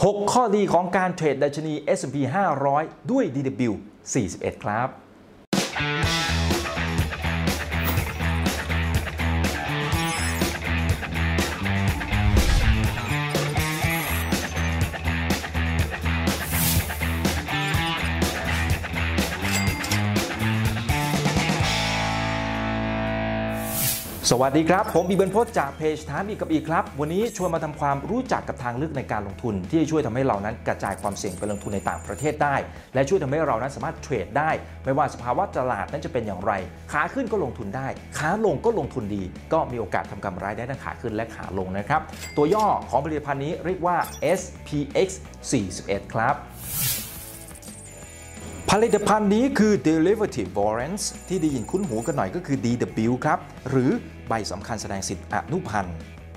6 ข้อดีของการเทรดดัชนี S&P 500 ด้วย DW 41 ครับ สวัสดีครับผมอีเบิร์นพจน์จากเพจถามอีกกับอีกครับวันนี้ชวนมาทำความรู้จักกับทางเลือกในการลงทุนที่จะช่วยทำให้เรานั้นกระจายความเสี่ยงไปลงทุนในต่างประเทศได้และช่วยทำให้เรานั้นสามารถเทรดได้ไม่ว่าสภาวะตลาดนั้นจะเป็นอย่างไรขาขึ้นก็ลงทุนได้ขาลงก็ลงทุนดีก็มีโอกาสทำกำไรได้ทั้งขาขึ้นและขาลงนะครับตัวย่อของผลิตภัณฑ์นี้เรียกว่า SPX 41 ครับผลิตภัณฑ์นี้คือ Derivative Warrants ที่ได้ยินคุ้นหูกันหน่อยก็คือ DW ครับหรือใบสำคัญแสดงสิทธิอนุพันธ์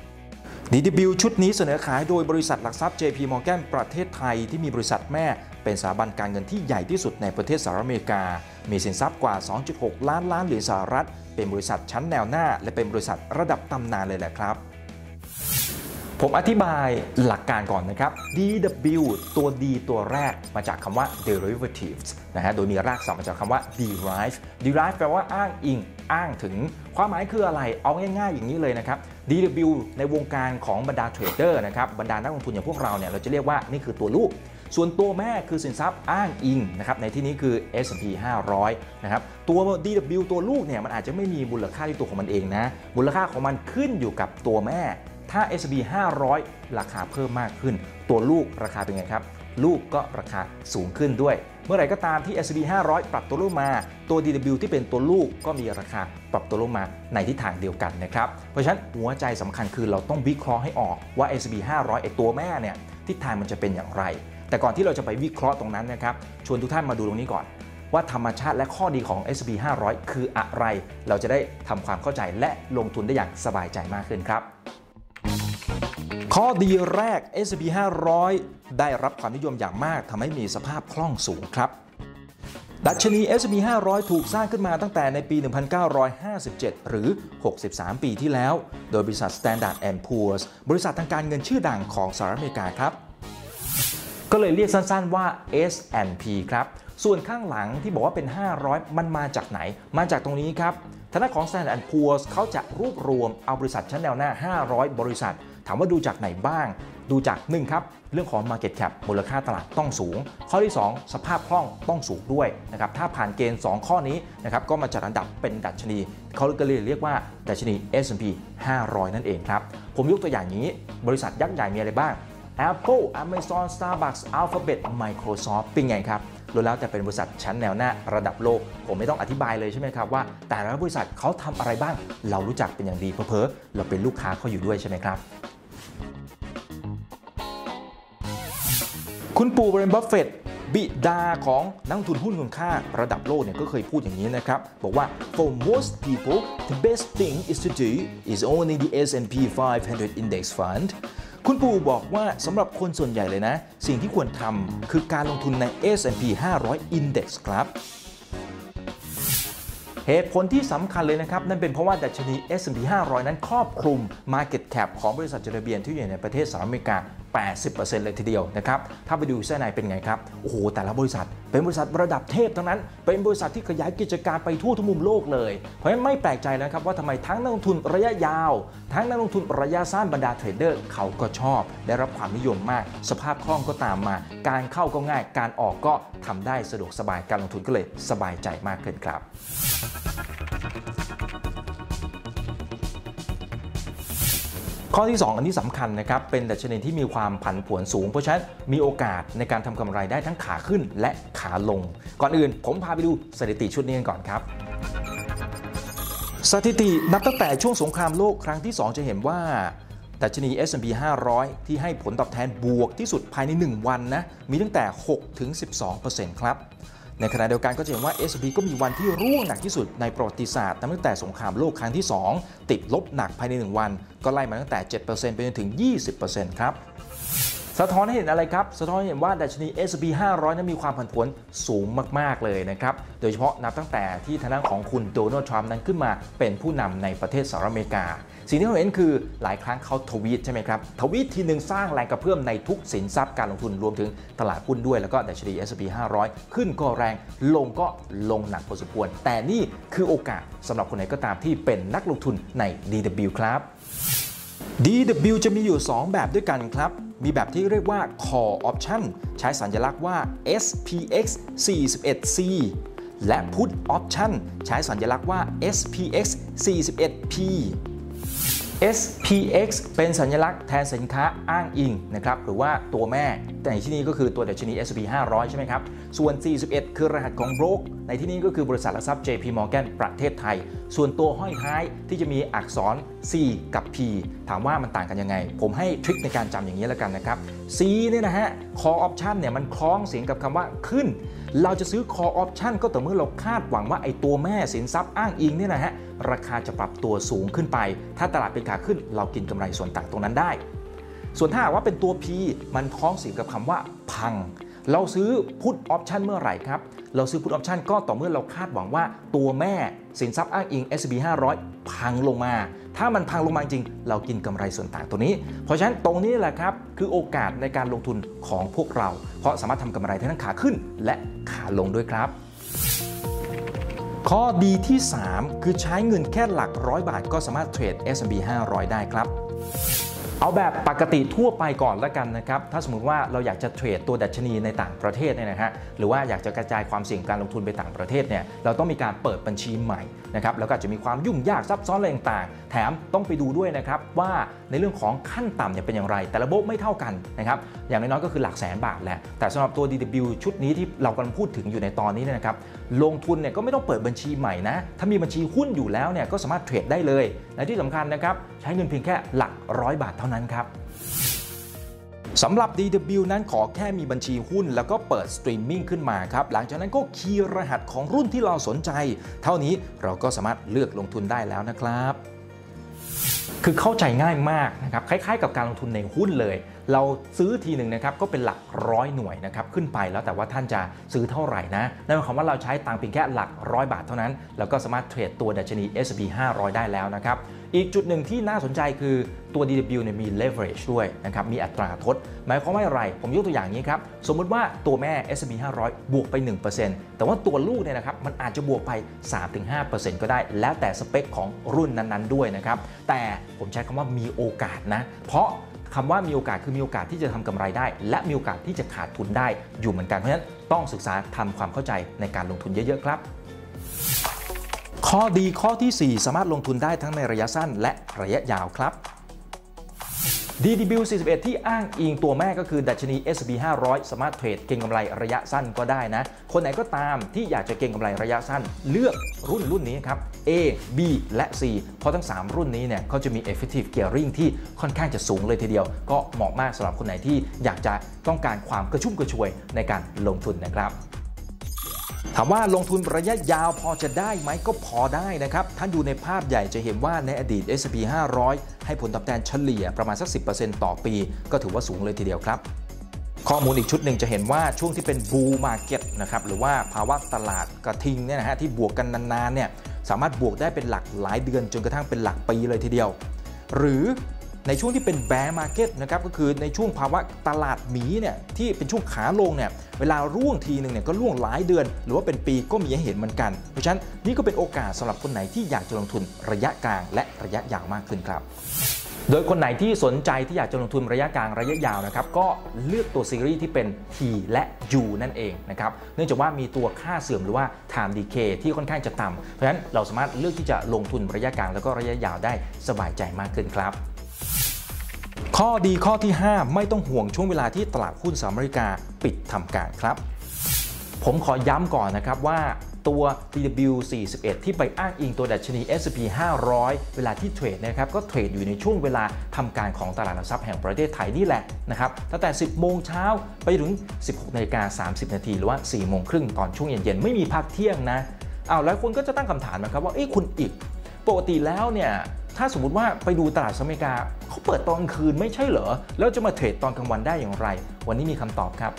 DW ชุดนี้เสนอขายโดยบริษัทหลักทรัพย์ JP Morgan ประเทศไทยที่มีบริษัทแม่เป็นสถาบันการเงินที่ใหญ่ที่สุดในประเทศสหรัฐอเมริกามีสินทรัพย์กว่า 2.6 ล้านเหรียญสหรัฐเป็นบริษัทชั้นแนวหน้าและเป็นบริษัทระดับตำนานเลยแหละครับผมอธิบายหลักการก่อนนะครับ DW ตัว D ตัวแรกมาจากคำว่า derivatives นะฮะโดยมีรากศัพท์มาจากคำว่า derive แปลว่าอ้างอิงอ้างถึงความหมายคืออะไรเอาง่ายๆอย่างนี้เลยนะครับ DW ในวงการของบรรดาเทรดเดอร์นะครับบรรดานักลงทุนอย่างพวกเราเนี่ยเราจะเรียกว่านี่คือตัวลูกส่วนตัวแม่คือสินทรัพย์อ้างอิงนะครับในที่นี้คือ S&P 500 นะครับตัว DW ตัวลูกเนี่ยมันอาจจะไม่มีมูลค่าที่ตัวของมันเองนะมูลค่าของมันขึ้นอยู่กับตัวแม่ถ้า S&P 500 ราคาเพิ่มมากขึ้นตัวลูกราคาเป็นไงครับลูกก็ราคาสูงขึ้นด้วยเมื่อไหร่ก็ตามที่ S&P 500 ปรับตัวลงมาตัว DW ที่เป็นตัวลูกก็มีราคาปรับตัวลงมาในทิศทางเดียวกันนะครับเพราะฉะนั้นหัวใจสำคัญคือเราต้องวิเคราะห์ให้ออกว่า S&P 500 ไอตัวแม่เนี่ยทิศทางมันจะเป็นอย่างไรแต่ก่อนที่เราจะไปวิเคราะห์ตรงนั้นนะครับชวนทุกท่านมาดูตรงนี้ก่อนว่าธรรมชาติและข้อดีของ S&P 500 คืออะไรเราจะได้ทำความเข้าใจและลงทุนได้อย่างสบายใจมากขึ้นครับข้อดีแรก S&P 500 ได้รับความนิยมอย่างมากทำให้มีสภาพคล่องสูงครับดัชนี S&P 500 ถูกสร้างขึ้นมาตั้งแต่ในปี 1957 หรือ 63 ปีที่แล้วโดยบริษัท Standard & Poor's บริษัททางการเงินชื่อดังของสหรัฐอเมริกาครับก็เลยเรียกสั้นๆว่า S&P ครับส่วนข้างหลังที่บอกว่าเป็น 500 มันมาจากไหนมาจากตรงนี้ครับทางด้านของ Standard & Poor's เขาจะรวบรวมเอาบริษัทชั้นแนวหน้า 500 บริษัทถามว่าดูจากไหนบ้างดูจาก1ครับเรื่องของ Market Cap มูลค่าตลาดต้องสูงข้อที่2สภาพคล่องต้องสูงด้วยนะครับถ้าผ่านเกณฑ์2ข้อนี้นะครับก็มาจัดอันดับเป็นดัชนีเขาก็เลยเรียกว่าดัชนี S&P 500 นั่นเองครับผมยกตัวอย่างนี้บริษัทยักษ์ใหญ่มีอะไรบ้าง Apple Amazon Starbucks Alphabet Microsoft เป็นไงครับล้วนแล้วแต่เป็นบริษัทชั้นแนวหน้าระดับโลกผมไม่ต้องอธิบายเลยใช่ไหมครับว่าแต่ละบริษัทเขาทำอะไรบ้างเรารู้จักเป็นอย่างดีเพ้อๆเราเป็นลูกค้าเขาอยู่ด้วยใช่ไหมครับคุณปู่วอร์เรน บัฟเฟตต์บิดาของนักลงทุนหุ้นมูลค่าระดับโลกเนี่ยก็เคยพูดอย่างนี้นะครับบอกว่า for most people the best thing is to do is only the S&P 500 index fundคุณปู่บอกว่าสำหรับคนส่วนใหญ่เลยนะสิ่งที่ควรทำคือการลงทุนใน S&P 500 Index ครับเหตุผลที่สำคัญเลยนะครับนั่นเป็นเพราะว่าดัชนี S&P 500 นั้นครอบคลุม Market Cap ของบริษัทจดทะเบียนที่อยู่ในประเทศสหรัฐอเมริกา 80% เลยทีเดียวนะครับถ้าไปดูเส้นในเป็นไงครับโอ้โหแต่ละบริษัทเป็นบริษัทระดับเทพทั้งนั้นเป็นบริษัทที่ขยายกิจการไปทั่วทุกมุมโลกเลยเพราะฉะนั้นไม่แปลกใจนะครับว่าทำไมทั้งนักลงทุนระยะยาวทั้งนักลงทุนระยะสั้นบรรดาเทรดเดอร์เขาก็ชอบได้รับความนิยมมากสภาพคล่องก็ตามมาการเข้าก็ง่ายการออกก็ทำได้สะดวกสบายการลงทุนก็เลยสบายใจมากขึ้นครับข้อที่2อันนี้สำคัญนะครับเป็นดัชนีที่มีความผันผวนสูงเพราะฉะนั้นมีโอกาสในการทำกำไรได้ทั้งขาขึ้นและขาลงก่อนอื่นผมพาไปดูสถิติชุดนี้กันก่อนครับสถิตินับตั้งแต่ช่วงสงครามโลกครั้งที่2จะเห็นว่าดัชนี S&P 500 ที่ให้ผลตอบแทนบวกที่สุดภายใน1วันนะมีตั้งแต่ 6-12% ครับในขณะเดียวกันก็จะเห็นว่า S&P ก็มีวันที่ร่วงหนักที่สุดในประวัติศาสตร์ตั้งแต่สงครามโลกครั้งที่2ติดลบหนักภายใน1วันก็ไล่มาตั้งแต่ 7% ไปจนถึง 20% ครับสะท้อนให้เห็นอะไรครับสะท้อนให้เห็นว่าดัชนี S&P 500 นั้นมีความผันผวนสูงมากๆเลยนะครับโดยเฉพาะนับตั้งแต่ที่ทางด้านของคุณโดนัลด์ทรัมป์นั้นขึ้นมาเป็นผู้นำในประเทศสหรัฐอเมริกาสิ่งที่เราเห็นคือหลายครั้งเขาทวีตใช่ไหมครับทวีตทีหนึ่งสร้างแรงกระเพื่อมในทุกสินทรัพย์การลงทุนรวมถึงตลาดหุ้นด้วยแล้วก็ดัชนี S&P 500 ขึ้นก็แรงลงก็ลงหนักพอสมควรแต่นี่คือโอกาสสำหรับคนไหนก็ตามที่เป็นนักลงทุนใน DW ครับ DW จะมีอยู่ 2 แบบด้วยกันครับมีแบบที่เรียกว่า Call Option ใช้สัญลักษณ์ว่า SPX 41C และ Put Option ใช้สัญลักษณ์ว่า SPX 41P SPX เป็นสัญลักษณ์แทนสินค้าอ้างอิงนะครับหรือว่าตัวแม่แต่ในที่นี้ก็คือตัวดัชนี S&P 500 ใช่ไหมครับส่วน 41 คือรหัสของโบรกในที่นี้ก็คือบริษัทหลักทรัพย์ JP Morgan ประเทศไทยส่วนตัวห้อยท้ายที่จะมีอักษร C กับ P ถามว่ามันต่างกันยังไงผมให้ทริคในการจำอย่างนี้แล้วกันนะครับ C เนี่ยนะฮะ Call Option เนี่ยมันคล้องเสียงกับคำว่าขึ้นเราจะซื้อ Call Option ก็ต่อเมื่อเราคาดหวังว่าไอ้ตัวแม่สินทรัพย์อ้างอิงเนี่ยนะฮะราคาจะปรับตัวสูงขึ้นไปถ้าตลาดเป็นขาขึ้นเรากินกำไรส่วนต่างตรงนั้นได้ส่วนถ้าหากว่าเป็นตัว P มันคล้องเสียงกับคำว่าพังเราซื้อ Put Option เมื่อไหร่ครับเราซื้อ Put Option ก็ต่อเมื่อเราคาดหวังว่าตัวแม่สินทรัพย์อ้างอิง S&P 500 พังลงมาถ้ามันพังลงมาจริงเรากินกำไรส่วนต่างตัวนี้เพราะฉะนั้นตรงนี้แหละครับคือโอกาสในการลงทุนของพวกเราเพราะสามารถทำกำไรทั้งขาขึ้นและขาลงด้วยครับข้อดีที่ 3 คือใช้เงินแค่หลัก100 บาทก็สามารถเทรด S&P 500 ได้ครับเอาแบบปกติทั่วไปก่อนแล้วกันนะครับถ้าสมมุติว่าเราอยากจะเทรดตัวดัชนีในต่างประเทศเนี่ยนะฮะหรือว่าอยากจะกระจายความเสี่ยงการลงทุนไปต่างประเทศเนี่ยเราต้องมีการเปิดบัญชีใหม่นะครับแล้วก็จะมีความยุ่งยากซับซ้อนอะไรต่างๆแถมต้องไปดูด้วยนะครับว่าในเรื่องของขั้นต่ำเนี่ยเป็นอย่างไรแต่ละโบไม่เท่ากันนะครับอย่างน้อยๆก็คือหลักแสนบาทแหละแต่สำหรับตัว DW ชุดนี้ที่เรากำลังพูดถึงอยู่ในตอนนี้เนี่ยนะครับลงทุนเนี่ยก็ไม่ต้องเปิดบัญชีใหม่นะถ้ามีบัญชีหุ้นอยู่แล้วเนี่ยก็สามารถเทรดได้เลยและที่สำคัญนะครับใช้เงินเพียงแค่หลัก100 บาทเท่านั้นครับสำหรับ DW นั้นขอแค่มีบัญชีหุ้นแล้วก็เปิดสตรีมมิ่งขึ้นมาครับหลังจากนั้นก็คีย์รหัสของรุ่นที่เราสนใจเท่านี้เราก็สามารถเลือกลงทุนได้แล้วนะครับคือเข้าใจง่ายมากนะครับคล้ายๆกับการลงทุนในหุ้นเลยเราซื้อทีหนึ่งนะครับก็เป็นหลัก100 หน่วยนะครับขึ้นไปแล้วแต่ว่าท่านจะซื้อเท่าไหร่นะนั่นหมายความว่าเราใช้ตังค์เพียงแค่หลัก100 บาทเท่านั้นแล้วก็สามารถเทรดตัวดัชนี S&P 500 ได้แล้วนะครับอีกจุดหนึ่งที่น่าสนใจคือตัว DW เนี่ยมี leverage ด้วยนะครับมีอัตราทดหมายความว่าอะไรผมยกตัวอย่างนี้ครับสมมุติว่าตัวแม่ S&P 500 บวกไป 1% แต่ว่าตัวลูกเนี่ยนะครับมันอาจจะบวกไป 3-5% ก็ได้แล้วแต่สเปคของรุ่นนั้นๆด้วยนะครับแต่ผมใช้คำว่ามีโอกาสนะเพราะคำว่ามีโอกาสคือมีโอกาสที่จะทำกำไรได้และมีโอกาสที่จะขาดทุนได้อยู่เหมือนกันเพราะฉะนั้นต้องศึกษาทำความเข้าใจในการลงทุนเยอะๆครับข้อดีข้อที่ 4 สามารถลงทุนได้ทั้งในระยะสั้นและระยะยาวครับ DW 41ที่อ้างอิงตัวแม่ก็คือดัชนี S&P 500 สามารถเทรดเก็งกำไรระยะสั้นก็ได้นะคนไหนก็ตามที่อยากจะเก็งกำไรระยะสั้นเลือกรุ่นนี้ครับ A B และ C เพราะทั้ง3รุ่นนี้เนี่ยเขาจะมี effective gearing ที่ค่อนข้างจะสูงเลยทีเดียวก็เหมาะมากสำหรับคนไหนที่อยากจะต้องการความกระชุ่มกระชวยในการลงทุนนะครับถามว่าลงทุนระยะยาวพอจะได้ไหมก็พอได้นะครับท่านดูในภาพใหญ่จะเห็นว่าในอดีต S&P 500 ให้ผลตอบแทนเฉลี่ยประมาณสัก 10% ต่อปีก็ถือว่าสูงเลยทีเดียวครับข้อมูลอีกชุดหนึ่งจะเห็นว่าช่วงที่เป็นบูมมาร์เก็ตนะครับหรือว่าภาวะตลาดกระทิงเนี่ยนะฮะที่บวกกันนานๆเนี่ยสามารถบวกได้เป็นหลักหลายเดือนจนกระทั่งเป็นหลักปีเลยทีเดียวหรือในช่วงที่เป็นแบร์มาร์เก็ตนะครับก็คือในช่วงภาวะตลาดหมีเนี่ยที่เป็นช่วงขาลงเนี่ยเวลาร่วงทีนึงเนี่ยก็ร่วงหลายเดือนหรือว่าเป็นปีก็มีให้เห็นเหมือนกันเพราะฉะนั้นนี่ก็เป็นโอกาสสำหรับคนไหนที่อยากจะลงทุนระยะกลางและระยะยาวมากขึ้นครับโดยคนไหนที่สนใจที่อยากจะลงทุนระยะกลางระยะยาวนะครับก็เลือกตัวซีรีส์ที่เป็น T และ U นั่นเองนะครับเนื่องจากว่ามีตัวค่าเสื่อมหรือว่า Time Decay ที่ค่อนข้างจะต่ำเพราะฉะนั้นเราสามารถเลือกที่จะลงทุนระยะกลางแล้วก็ระยะยาวได้สบายใจมากขึ้นครับข้อดีข้อที่ 5 ไม่ต้องห่วงช่วงเวลาที่ตลาดหุ้นสหรัฐอเมริกาปิดทำการครับผมขอย้ำก่อนนะครับว่าตัว DW 41ที่ไปอ้างอิงตัวดัชนี S&P 500 เวลาที่เทรดนะครับก็เทรดอยู่ในช่วงเวลาทำการของตลาดหลักทรัพย์แห่งประเทศไทยนี่แหละนะครับตั้งแต่ 10 โมงเช้าไปถึง 16:30 นาทีหรือว่า 4 โมงครึ่งตอนช่วงเย็นๆไม่มีพักเที่ยงนะหลายคนก็จะตั้งคำถามนะครับว่าคุณอีกปกติแล้วเนี่ยถ้าสมมุติว่าไปดูตลาดอเมริกาเขาเปิดตอนกลางคืนไม่ใช่เหรอแล้วจะมาเทรดตอนกลางวันได้อย่างไรวันนี้มีคำตอบครับ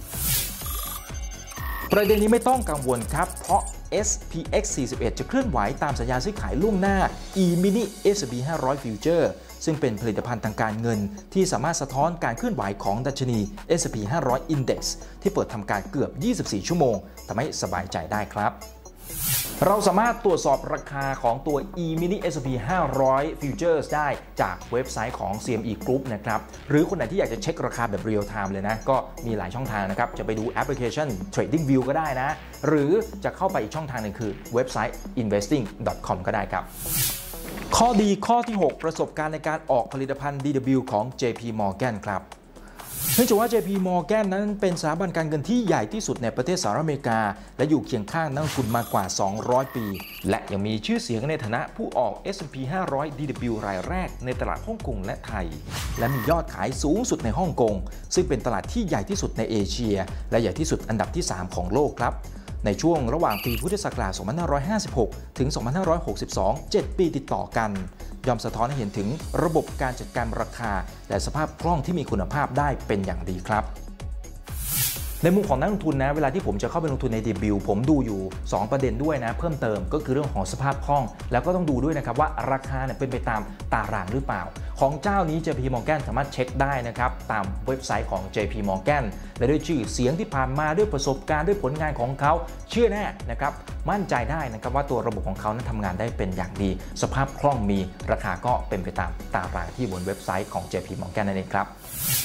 ประเด็นนี้ไม่ต้องกังวลครับเพราะ SPX 41 จะเคลื่อนไหวตามสัญญาซื้อขายล่วงหน้า E-mini S&P 500 Future ซึ่งเป็นผลิตภัณฑ์ทางการเงินที่สามารถสะท้อนการเคลื่อนไหวของดัชนี S&P 500 Index ที่เปิดทำการเกือบ 24 ชั่วโมงทำให้สบายใจได้ครับเราสามารถตรวจสอบราคาของตัว E-mini S&P 500 Futures ได้จากเว็บไซต์ของ CME Group นะครับหรือคนไหนที่อยากจะเช็คราคาแบบ real time เลยนะก็มีหลายช่องทางนะครับจะไปดูแอปพลิเคชัน TradingView ก็ได้นะหรือจะเข้าไปอีกช่องทางหนึ่งคือเว็บไซต์ investing.com ก็ได้ครับข้อดีข้อที่ 6 ประสบการณ์ในการออกผลิตภัณฑ์ DW ของ JP Morgan ครับเนื่องจากว่า JP Morgan นั้นเป็นสถาบันการเงินที่ใหญ่ที่สุดในประเทศสหรัฐอเมริกาและอยู่เคียงข้างนักลงทุนมากว่า200 ปีและยังมีชื่อเสียงในฐานะผู้ออก S&P 500 DW รายแรกในตลาดฮ่องกงและไทยและมียอดขายสูงสุดในฮ่องกงซึ่งเป็นตลาดที่ใหญ่ที่สุดในเอเชียและใหญ่ที่สุดอันดับที่ 3 ของโลกครับในช่วงระหว่างปีพุทธศักราช 2556 ถึง 2562 7 ปีติดต่อกันยอมสะท้อนให้เห็นถึงระบบการจัดการราคาและสภาพคล่องที่มีคุณภาพได้เป็นอย่างดีครับในมุมของนักลงทุนนะเวลาที่ผมจะเข้าไปลงทุนใน DW ผมดูอยู่2ประเด็นด้วยนะเพิ่มเติมก็คือเรื่องของสภาพคล่องแล้วก็ต้องดูด้วยนะครับว่าราคาเนี่ยเป็นไปตามตารางหรือเปล่าของเจ้านี้ JP Morgan สามารถเช็คได้นะครับตามเว็บไซต์ของ JP Morgan และด้วยชื่อเสียงที่ผ่านมาด้วยประสบการณ์ด้วยผลงานของเขาเชื่อแน่นะครับมั่นใจได้นะครับว่าตัวระบบของเขานั้นทำงานได้เป็นอย่างดีสภาพคล่องมีราคาก็เป็นไปตามตารางที่บนเว็บไซต์ของ JP Morgan นั่นเองครับ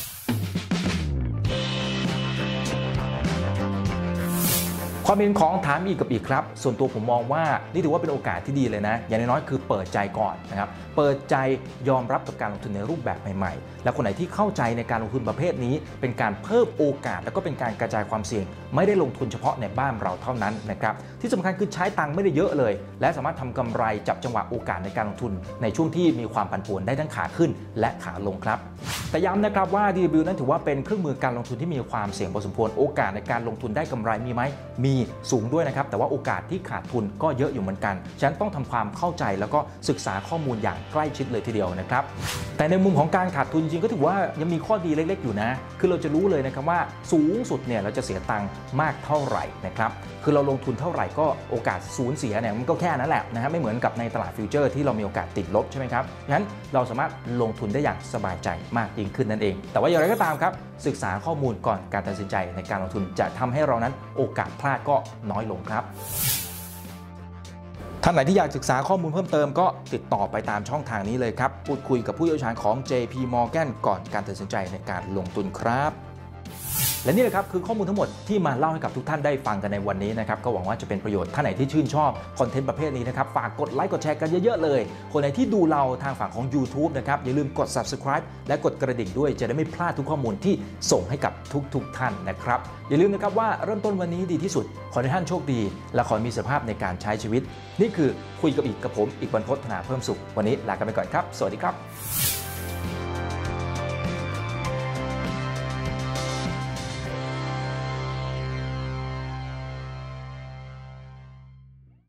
ความเห็นของถามอีกกับอีกครับส่วนตัวผมมองว่านี่ถือว่าเป็นโอกาสที่ดีเลยนะอย่างน้อยๆคือเปิดใจก่อนนะครับเปิดใจยอมรับกับการลงทุนในรูปแบบใหม่ๆและคนไหนที่เข้าใจในการลงทุนประเภทนี้เป็นการเพิ่มโอกาสแล้วก็เป็นการกระจายความเสี่ยงไม่ได้ลงทุนเฉพาะในบ้านเราเท่านั้นนะครับที่สำคัญคือใช้ตังค์ไม่ได้เยอะเลยและสามารถทำกำไรจับจังหวะโอกาสในการลงทุนในช่วงที่มีความผันผวนได้ทั้งขาขึ้นและขาลงครับแต่ย้ำนะครับว่า DW นั้นถือว่าเป็นเครื่องมือการลงทุนที่มีความเสี่ยงพอสมควรโอกาสในการลงทุนได้กำไรมีไหมมีสูงด้วยนะครับแต่ว่าโอกาสที่ขาดทุนก็เยอะอยู่เหมือนกันฉะนั้นต้องทำความเข้าใจแล้วก็ศึกษาข้อมูลอย่างใกล้ชิดเลยทีเดียวนะครับแต่ในมุมของการขาดทุนจริงก็ถือว่ายังมีข้อดีเล็กๆอยู่นะคือเราจะรู้เลยนะครับว่าสูงสุดเนี่ยเราจะเสียตังค์มากเท่าไหร่นะครับคือเราลงทุนเท่าไหร่ก็โอกาสสูญเสียเนี่ยมันก็แค่นั้นแหละนะฮะไม่เหมือนกับในตลาดฟิวเจอร์ที่เรามีโอกาสติดลบใช่ไหมครับงั้นเราสามารถลงทุนได้อย่างสบายใจมากยิ่งขึ้นนั่นเองแต่ว่าอย่างไรก็ตามครับศึกษาข้อมูลก่อนการตัดสินใจในการลงทุนจะทำให้เรานั้นโอกาสพลาดก็น้อยลงครับท่านไหนที่อยากศึกษาข้อมูลเพิ่มเติมก็ติดต่อไปตามช่องทางนี้เลยครับพูดคุยกับผู้เชี่ยวชาญของ JP Morgan ก่อนการตัดสินใจในการลงทุนครับและนี่แหละครับคือข้อมูลทั้งหมดที่มาเล่าให้กับทุกท่านได้ฟังกันในวันนี้นะครับก็หวังว่าจะเป็นประโยชน์ท่านไหนที่ชื่นชอบคอนเทนต์ประเภทนี้นะครับฝากกดไลค์กดแชร์กันเยอะๆเลยคนไหนที่ดูเราทางฝั่งของ YouTube นะครับอย่าลืมกด Subscribe และกดกระดิ่งด้วยจะได้ไม่พลาดทุกข้อมูลที่ส่งให้กับทุกท่านนะครับอย่าลืมนะครับว่าเริ่มต้นวันนี้ดีที่สุดขอให้ท่านโชคดีและขอมีสุขภาพในการใช้ชีวิตนี่คือคุยกับผมอีกบรรพต ธนาเพิ่มสุขวันนี้ลากันไปก่อนครับสวัสดีครับ